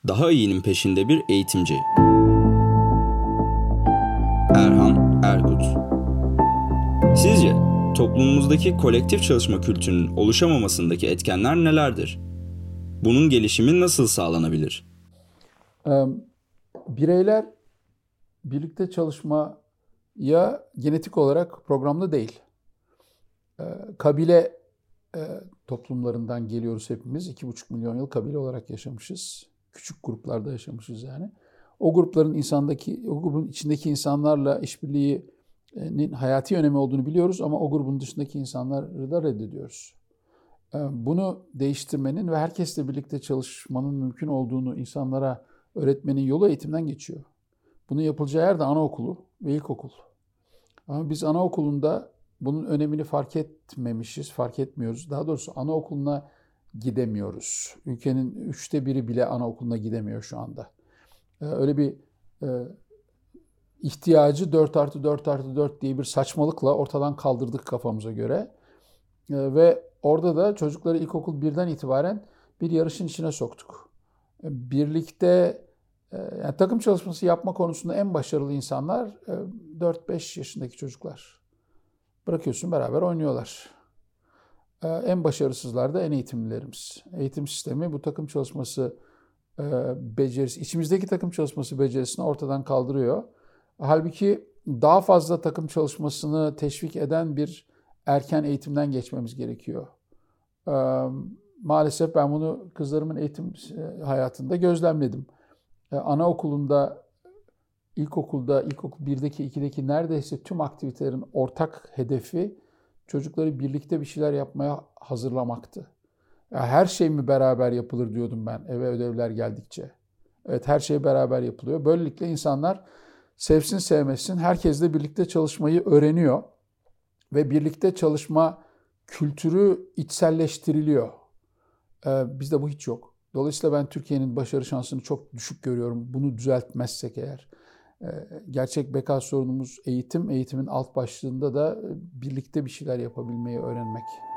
Daha iyinin peşinde bir eğitimci. Erhan Erkut. Sizce toplumumuzdaki kolektif çalışma kültürünün oluşamamasındaki etkenler nelerdir? Bunun gelişimi nasıl sağlanabilir? Bireyler birlikte çalışmaya genetik olarak programlı değil. Kabile toplumlarından geliyoruz hepimiz. 2,5 milyon yıl kabile olarak yaşamışız. Küçük gruplarda yaşamışız yani. O grupun içindeki insanlarla işbirliğinin hayati önemi olduğunu biliyoruz ama o grubun dışındaki insanları da reddediyoruz. Bunu değiştirmenin ve herkesle birlikte çalışmanın mümkün olduğunu insanlara öğretmenin yolu eğitimden geçiyor. Bunun yapılacağı yer de anaokulu ve ilkokul. Ama biz anaokulunda bunun önemini fark etmiyoruz. Daha doğrusu anaokuluna gidemiyoruz. Ülkenin 1/3 bile anaokuluna gidemiyor şu anda. Öyle bir ihtiyacı 4+4+4 diye bir saçmalıkla ortadan kaldırdık kafamıza göre. Ve orada da çocukları ilkokul 1'den itibaren bir yarışın içine soktuk. Birlikte yani takım çalışması yapma konusunda en başarılı insanlar 4-5 yaşındaki çocuklar. Bırakıyorsun beraber oynuyorlar. En başarısızlar da en eğitimlilerimiz. Eğitim sistemi bu takım çalışması becerisi, içimizdeki takım çalışması becerisini ortadan kaldırıyor. Halbuki daha fazla takım çalışmasını teşvik eden bir erken eğitimden geçmemiz gerekiyor. Maalesef ben bunu kızlarımın eğitim hayatında gözlemledim. Anaokulunda, ilkokul 1'deki, 2'deki neredeyse tüm aktivitelerin ortak hedefi çocukları birlikte bir şeyler yapmaya hazırlamaktı. Ya her şey mi beraber yapılır diyordum ben eve ödevler geldikçe. Evet, her şey beraber yapılıyor. Böylelikle insanlar sevsin sevmesin herkesle birlikte çalışmayı öğreniyor ve birlikte çalışma kültürü içselleştiriliyor. Bizde bu hiç yok. Dolayısıyla ben Türkiye'nin başarı şansını çok düşük görüyorum. Bunu düzeltmezsek eğer. Gerçek beka sorunumuz eğitim. Eğitimin alt başlığında da birlikte bir şeyler yapabilmeyi öğrenmek.